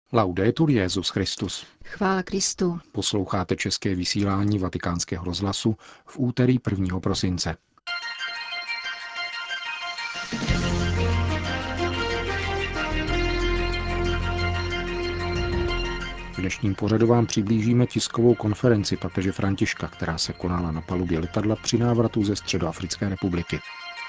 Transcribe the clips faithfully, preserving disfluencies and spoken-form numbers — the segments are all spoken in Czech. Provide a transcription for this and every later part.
Laudetur Jesus Christus. Chvála Kristu. Posloucháte české vysílání Vatikánského rozhlasu v úterý prvního prosince. V dnešním pořadu vám přiblížíme tiskovou konferenci papeže Františka, která se konala na palubě letadla při návratu ze Středoafrické republiky.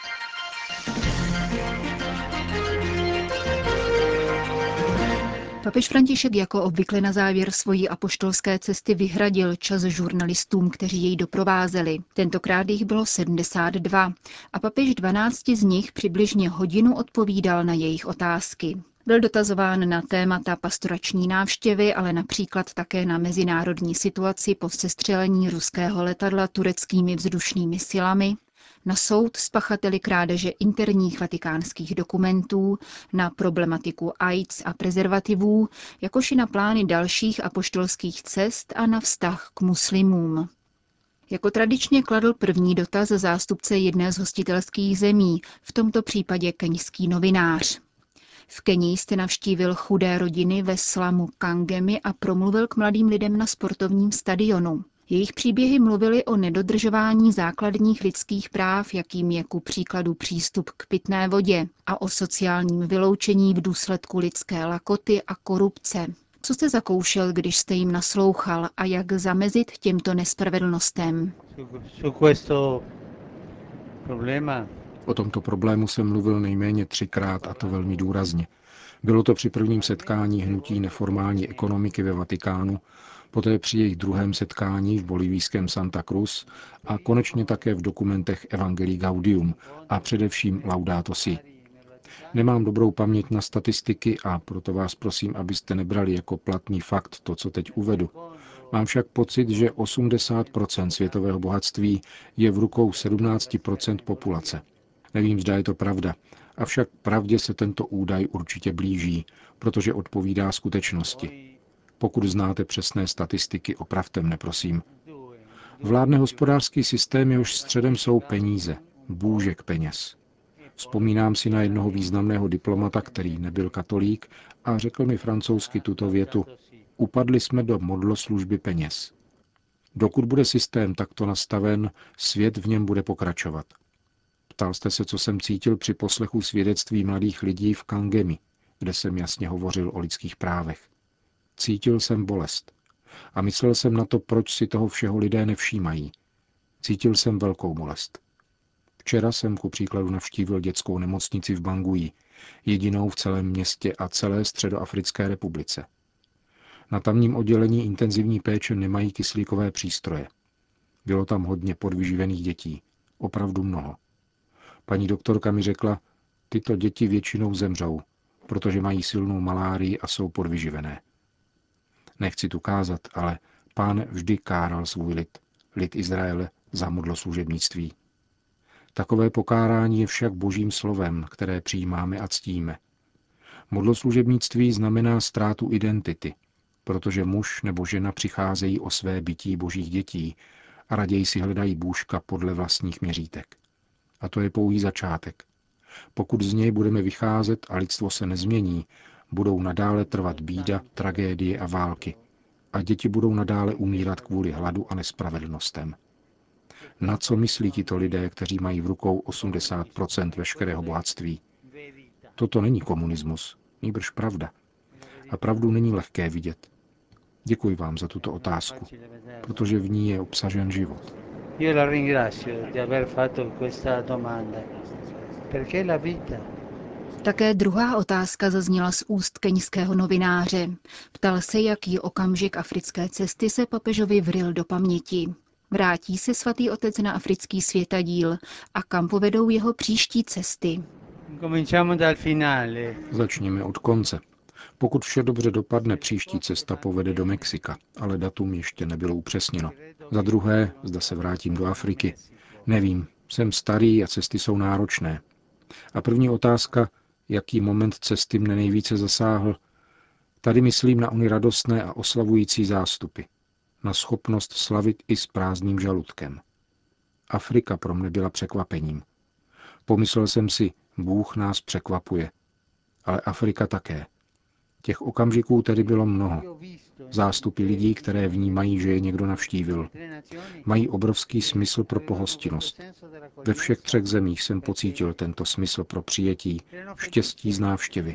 Papež František jako obvykle na závěr svojí apoštolské cesty vyhradil čas žurnalistům, kteří jej doprovázeli. Tentokrát jich bylo sedmdesát dva a papež dvanácti z nich přibližně hodinu odpovídal na jejich otázky. Byl dotazován na témata pastorační návštěvy, ale například také na mezinárodní situaci po sestřelení ruského letadla tureckými vzdušnými silami, na soud s pachateli krádeže interních vatikánských dokumentů, na problematiku AIDS a prezervativů, jakož i na plány dalších apoštolských cest a na vztah k muslimům. Jako tradičně kladl první dotaz zástupce jedné z hostitelských zemí, v tomto případě keňský novinář. V Keni jste navštívil chudé rodiny ve slamu Kangemi a promluvil k mladým lidem na sportovním stadionu. Jejich příběhy mluvily o nedodržování základních lidských práv, jakým je ku příkladu přístup k pitné vodě, a o sociálním vyloučení v důsledku lidské lakoty a korupce. Co jste zakoušel, když jste jim naslouchal, a jak zamezit těmto nespravedlnostem? O tomto problému jsem mluvil nejméně třikrát, a to velmi důrazně. Bylo to při prvním setkání hnutí neformální ekonomiky ve Vatikánu, poté při jejich druhém setkání v bolivijském Santa Cruz a konečně také v dokumentech Evangelii Gaudium a především Laudato Si. Nemám dobrou paměť na statistiky a proto vás prosím, abyste nebrali jako platný fakt to, co teď uvedu. Mám však pocit, že osmdesát procent světového bohatství je v rukou sedmnáct procent populace. Nevím, zda je to pravda, avšak pravdě se tento údaj určitě blíží, protože odpovídá skutečnosti. Pokud znáte přesné statistiky, opravte mne, prosím. Vládne hospodářský systém, jehož středem jsou peníze, bůžek peněz. Vzpomínám si na jednoho významného diplomata, který nebyl katolík, a řekl mi francouzsky tuto větu: upadli jsme do modloslužby peněz. Dokud bude systém takto nastaven, svět v něm bude pokračovat. Ptal jste se, co jsem cítil při poslechu svědectví mladých lidí v Kangemi, kde jsem jasně hovořil o lidských právech. Cítil jsem bolest. A myslel jsem na to, proč si toho všeho lidé nevšímají. Cítil jsem velkou bolest. Včera jsem ku příkladu navštívil dětskou nemocnici v Bangui, jedinou v celém městě a celé Středoafrické republice. Na tamním oddělení intenzivní péče nemají kyslíkové přístroje. Bylo tam hodně podvyživených dětí. Opravdu mnoho. Paní doktorka mi řekla, tyto děti většinou zemřou, protože mají silnou malárii a jsou podvyživené. Nechci tu kázat, ale Pán vždy káral svůj lid, lid Izraele, za modloslužebnictví. Takové pokárání je však božím slovem, které přijímáme a ctíme. Modloslužebnictví znamená ztrátu identity, protože muž nebo žena přicházejí o své bytí božích dětí a raději si hledají bůžka podle vlastních měřítek. A to je pouhý začátek. Pokud z něj budeme vycházet a lidstvo se nezmění, budou nadále trvat bída, tragédie a války. A děti budou nadále umírat kvůli hladu a nespravedlnostem. Na co myslí tito lidé, kteří mají v rukou osmdesát procent veškerého bohatství? Toto není komunismus, nýbrž pravda. A pravdu není lehké vidět. Děkuji vám za tuto otázku, protože v ní je obsažen život. Také druhá otázka zazněla z úst keňského novináře. Ptal se, jaký okamžik africké cesty se papežovi vril do paměti. Vrátí se svatý otec na africký světadíl a kam povedou jeho příští cesty? Začněme od konce. Pokud vše dobře dopadne, příští cesta povede do Mexika, ale datum ještě nebylo upřesněno. Za druhé, zda se vrátím do Afriky. Nevím, jsem starý a cesty jsou náročné. A první otázka, jaký moment cesty mne nejvíce zasáhl? Tady myslím na ony radostné a oslavující zástupy. Na schopnost slavit i s prázdným žaludkem. Afrika pro mne byla překvapením. Pomyslel jsem si, Bůh nás překvapuje. Ale Afrika také. Těch okamžiků tedy bylo mnoho. Zástupy lidí, které vnímají, že je někdo navštívil. Mají obrovský smysl pro pohostinnost. Ve všech třech zemích jsem pocítil tento smysl pro přijetí, štěstí z návštěvy.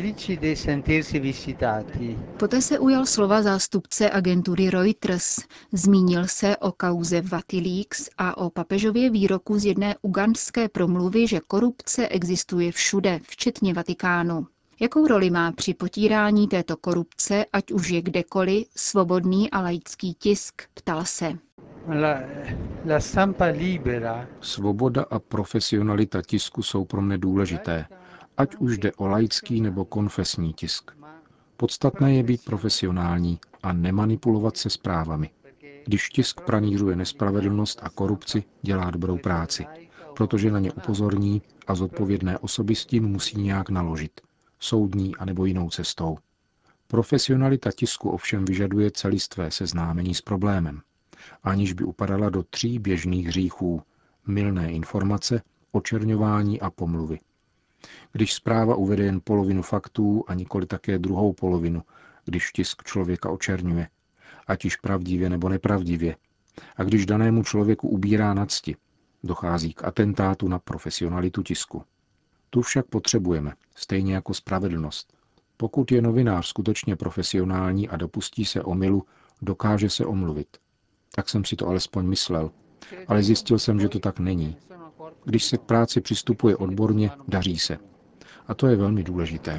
Poté se ujal slova zástupce agentury Reuters. Zmínil se o kauze Wikileaks a o papežově výroku z jedné ugandské promluvy, že korupce existuje všude, včetně Vatikánu. Jakou roli má při potírání této korupce, ať už je kdekoliv, svobodný a laický tisk, ptal se. La, la stampa libera. Svoboda a profesionalita tisku jsou pro mne důležité, ať už jde o laický nebo konfesní tisk. Podstatné je být profesionální a nemanipulovat se zprávami. Když tisk pranířuje nespravedlnost a korupci, dělá dobrou práci, protože na ně upozorní a zodpovědné osoby s tím musí nějak naložit, soudní anebo jinou cestou. Profesionalita tisku ovšem vyžaduje celistvé seznámení s problémem, aniž by upadala do tří běžných hříchů: mylné informace, očerňování a pomluvy. Když zpráva uvede jen polovinu faktů a nikoli také druhou polovinu, když tisk člověka očerňuje, ať již pravdivě nebo nepravdivě, a když danému člověku ubírá nadsti, dochází k atentátu na profesionalitu tisku. Tu však potřebujeme, stejně jako spravedlnost. Pokud je novinář skutečně profesionální a dopustí se omylu, dokáže se omluvit. Tak jsem si to alespoň myslel, ale zjistil jsem, že to tak není. Když se k práci přistupuje odborně, daří se. A to je velmi důležité.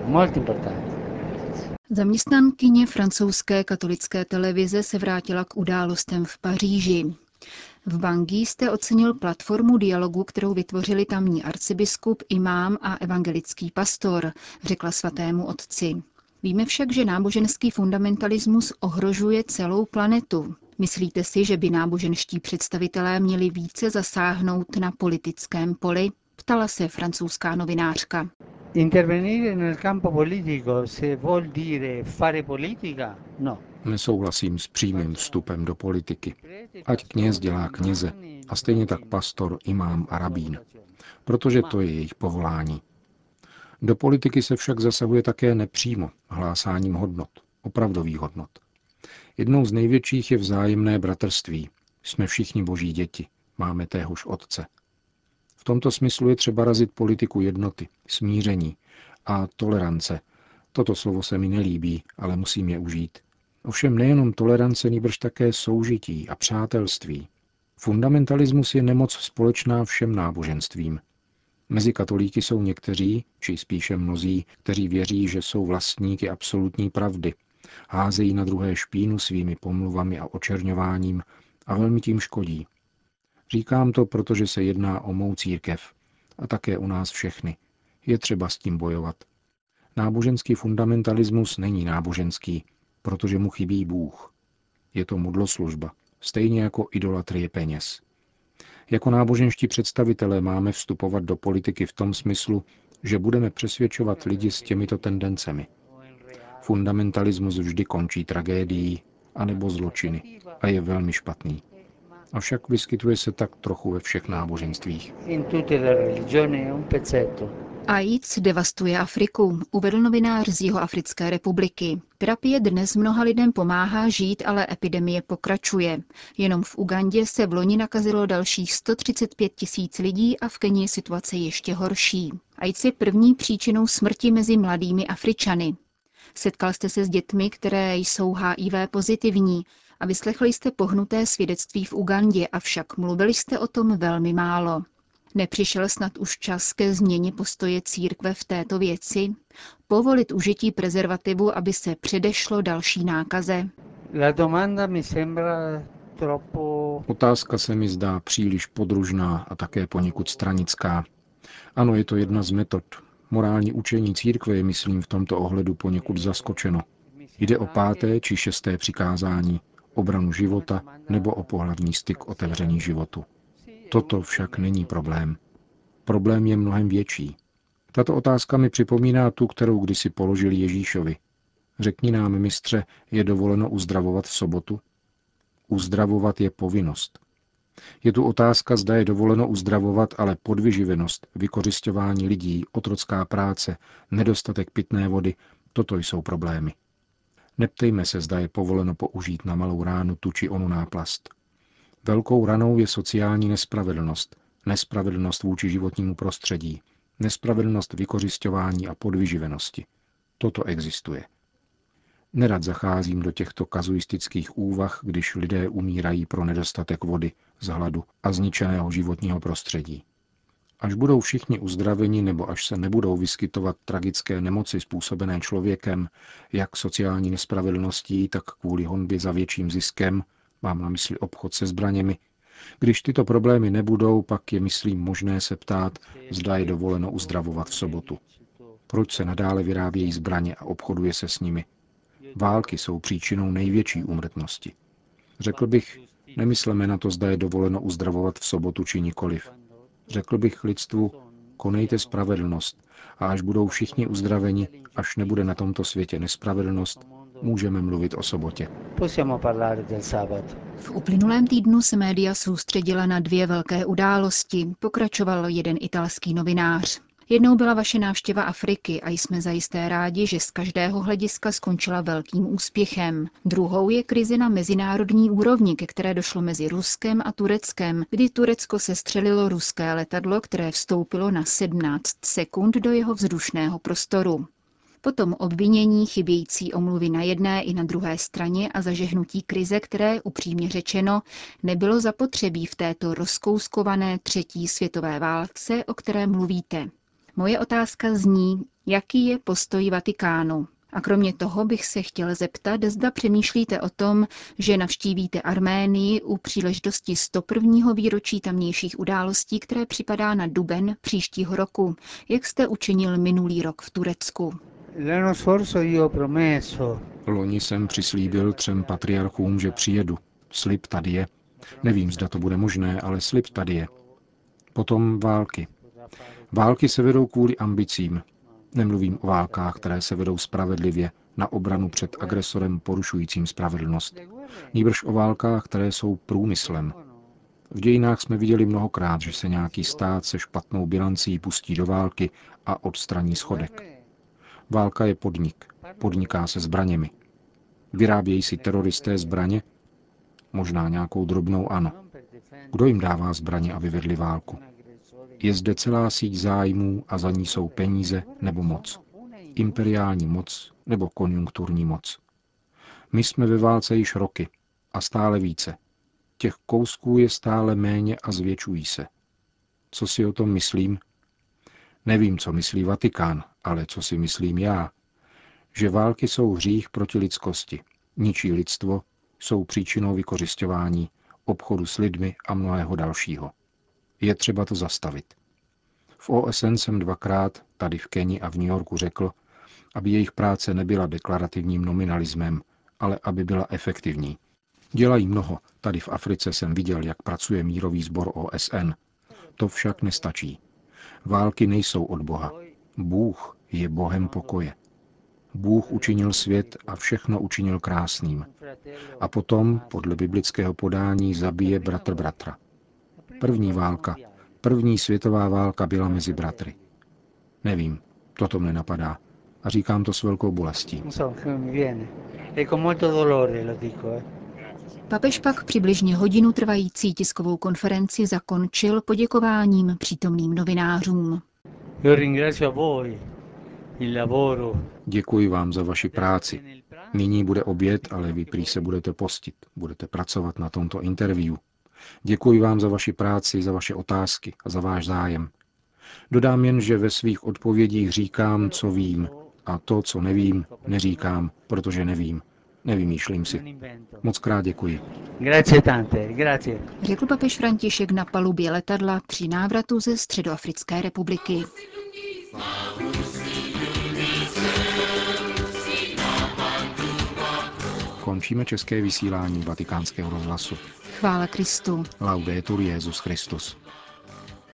Zaměstnankyně francouzské katolické televize se vrátila k událostem v Paříži. V Bangui jste ocenil platformu dialogu, kterou vytvořili tamní arcibiskup, imám a evangelický pastor, řekla svatému otci. Víme však, že náboženský fundamentalismus ohrožuje celou planetu. Myslíte si, že by náboženští představitelé měli více zasáhnout na politickém poli? Ptala se francouzská novinářka. Intervenire nel campo politico se vuol dire fare politica? No. Nesouhlasím s přímým vstupem do politiky. Ať kněz dělá kněze a stejně tak pastor, imám a rabín, protože to je jejich povolání. Do politiky se však zasahuje také nepřímo, hlásáním hodnot, opravdových hodnot. Jednou z největších je vzájemné bratrství. Jsme všichni boží děti, máme téhož otce. V tomto smyslu je třeba razit politiku jednoty, smíření a tolerance. Toto slovo se mi nelíbí, ale musím je užít. Ovšem nejenom tolerance, nýbrž také soužití a přátelství. Fundamentalismus je nemoc společná všem náboženstvím. Mezi katolíky jsou někteří, či spíše mnozí, kteří věří, že jsou vlastníky absolutní pravdy. Házejí na druhé špínu svými pomluvami a očerňováním a velmi tím škodí. Říkám to, protože se jedná o mou církev a také u nás všechny. Je třeba s tím bojovat. Náboženský fundamentalismus není náboženský, protože mu chybí Bůh. Je to modloslužba, stejně jako idolatrie peněz. Jako náboženští představitelé máme vstupovat do politiky v tom smyslu, že budeme přesvědčovat lidi s těmito tendencemi. Fundamentalismus vždy končí tragédií anebo zločiny a je velmi špatný. Avšak vyskytuje se tak trochu ve všech náboženstvích. AIDS devastuje Afriku, uvedl novinář z Jihoafrické republiky. Terapie dnes mnoha lidem pomáhá žít, ale epidemie pokračuje. Jenom v Ugandě se vloni nakazilo dalších sto třicet pět tisíc lidí a v Keni je situace ještě horší. AIDS je první příčinou smrti mezi mladými Afričany. Setkal jste se s dětmi, které jsou H I V pozitivní a vyslechli jste pohnuté svědectví v Ugandě, avšak mluvili jste o tom velmi málo. Nepřišel snad už čas ke změně postoje církve v této věci? Povolit užití prezervativu, aby se předešlo další nákaze? Otázka se mi zdá příliš podružná a také poněkud stranická. Ano, je to jedna z metod. Morální učení církve je, myslím, v tomto ohledu poněkud zaskočeno. Jde o páté či šesté přikázání, obranu života nebo o pohlavní styk otevřený životu. Toto však není problém. Problém je mnohem větší. Tato otázka mi připomíná tu, kterou kdysi položil Ježíšovi. Řekni nám, mistře, je dovoleno uzdravovat v sobotu? Uzdravovat je povinnost. Je tu otázka, zda je dovoleno uzdravovat, ale podvyživenost, vykořisťování lidí, otrocká práce, nedostatek pitné vody, Toto jsou problémy. Neptejme se, zda je povoleno použít na malou ránu tu či onu náplast. Velkou ranou je sociální nespravedlnost, nespravedlnost vůči životnímu prostředí, nespravedlnost vykořisťování a podvyživenosti. Toto existuje. Nerad zacházím do těchto kazuistických úvah, když lidé umírají pro nedostatek vody, z hladu a zničeného životního prostředí. Až budou všichni uzdraveni nebo až se nebudou vyskytovat tragické nemoci způsobené člověkem, jak sociální nespravedlností, tak kvůli honbě za větším ziskem, mám na mysli obchod se zbraněmi, když tyto problémy nebudou, pak je, myslím, možné se ptát, zda je dovoleno uzdravovat v sobotu. Proč se nadále vyrábějí zbraně a obchoduje se s nimi? Války jsou příčinou největší úmrtnosti. Řekl bych, nemysleme na to, zda je dovoleno uzdravovat v sobotu či nikoliv. Řekl bych lidstvu, konejte spravedlnost a až budou všichni uzdraveni, až nebude na tomto světě nespravedlnost, můžeme mluvit o sobotě. V uplynulém týdnu se média soustředila na dvě velké události, pokračoval jeden italský novinář. Jednou byla vaše návštěva Afriky a jsme zajisté rádi, že z každého hlediska skončila velkým úspěchem. Druhou je krize na mezinárodní úrovni, ke které došlo mezi Ruskem a Tureckem, kdy Turecko sestřelilo ruské letadlo, které vstoupilo na sedmnáct sekund do jeho vzdušného prostoru. Potom obvinění, chybějící omluvy na jedné i na druhé straně a zažehnutí krize, které, upřímně řečeno, nebylo zapotřebí v této rozkouskované třetí světové válce, o které mluvíte. Moje otázka zní, jaký je postoj Vatikánu. A kromě toho bych se chtěl zeptat, zda přemýšlíte o tom, že navštívíte Arménii u příležitosti sto prvního výročí tamnějších událostí, které připadá na duben příštího roku, jak jste učinil minulý rok v Turecku. Loni jsem přislíbil třem patriarchům, že přijedu. Slib tady je. Nevím, zda to bude možné, ale slib tady je. Potom války. Války se vedou kvůli ambicím. Nemluvím o válkách, které se vedou spravedlivě na obranu před agresorem porušujícím spravedlnost. Nýbrž o válkách, které jsou průmyslem. V dějinách jsme viděli mnohokrát, že se nějaký stát se špatnou bilancí pustí do války a odstraní schodek. Válka je podnik. Podniká se zbraněmi. Vyrábějí si teroristé zbraně? Možná nějakou drobnou ano. Kdo jim dává zbraně, aby vedli válku? Je zde celá síť zájmů a za ní jsou peníze nebo moc. Imperiální moc nebo konjunkturní moc. My jsme ve válce již roky a stále více. Těch kousků je stále méně a zvětšují se. Co si o tom myslím? Nevím, co myslí Vatikán, ale co si myslím já. Že války jsou hřích proti lidskosti, ničí lidstvo, jsou příčinou vykořisťování, obchodu s lidmi a mnohého dalšího. Je třeba to zastavit. V O S N jsem dvakrát, tady v Keni a v New Yorku řekl, aby jejich práce nebyla deklarativním nominalismem, ale aby byla efektivní. Dělají mnoho, tady v Africe jsem viděl, jak pracuje mírový sbor O S N. To však nestačí. Války nejsou od Boha. Bůh je Bohem pokoje. Bůh učinil svět a všechno učinil krásným. A potom, podle biblického podání, zabije bratr bratra. První válka, první světová válka byla mezi bratry. Nevím, toto mne napadá. A říkám to s velkou bolestí. Papež pak přibližně hodinu trvající tiskovou konferenci zakončil poděkováním přítomným novinářům. Děkuji vám za vaši práci. Nyní bude oběd, ale vy prý se budete postit. Budete pracovat na tomto interview. Děkuji vám za vaši práci, za vaše otázky a za váš zájem. Dodám jen, že ve svých odpovědích říkám, co vím, a to, co nevím, neříkám, protože nevím. Nevymýšlím si. Moc krát děkuji. Řekl papež František na palubě letadla při návratu ze Středoafrické republiky. Končíme české vysílání Vatikánského rozhlasu. Chvála Kristu. Laudetur Jesus Christus.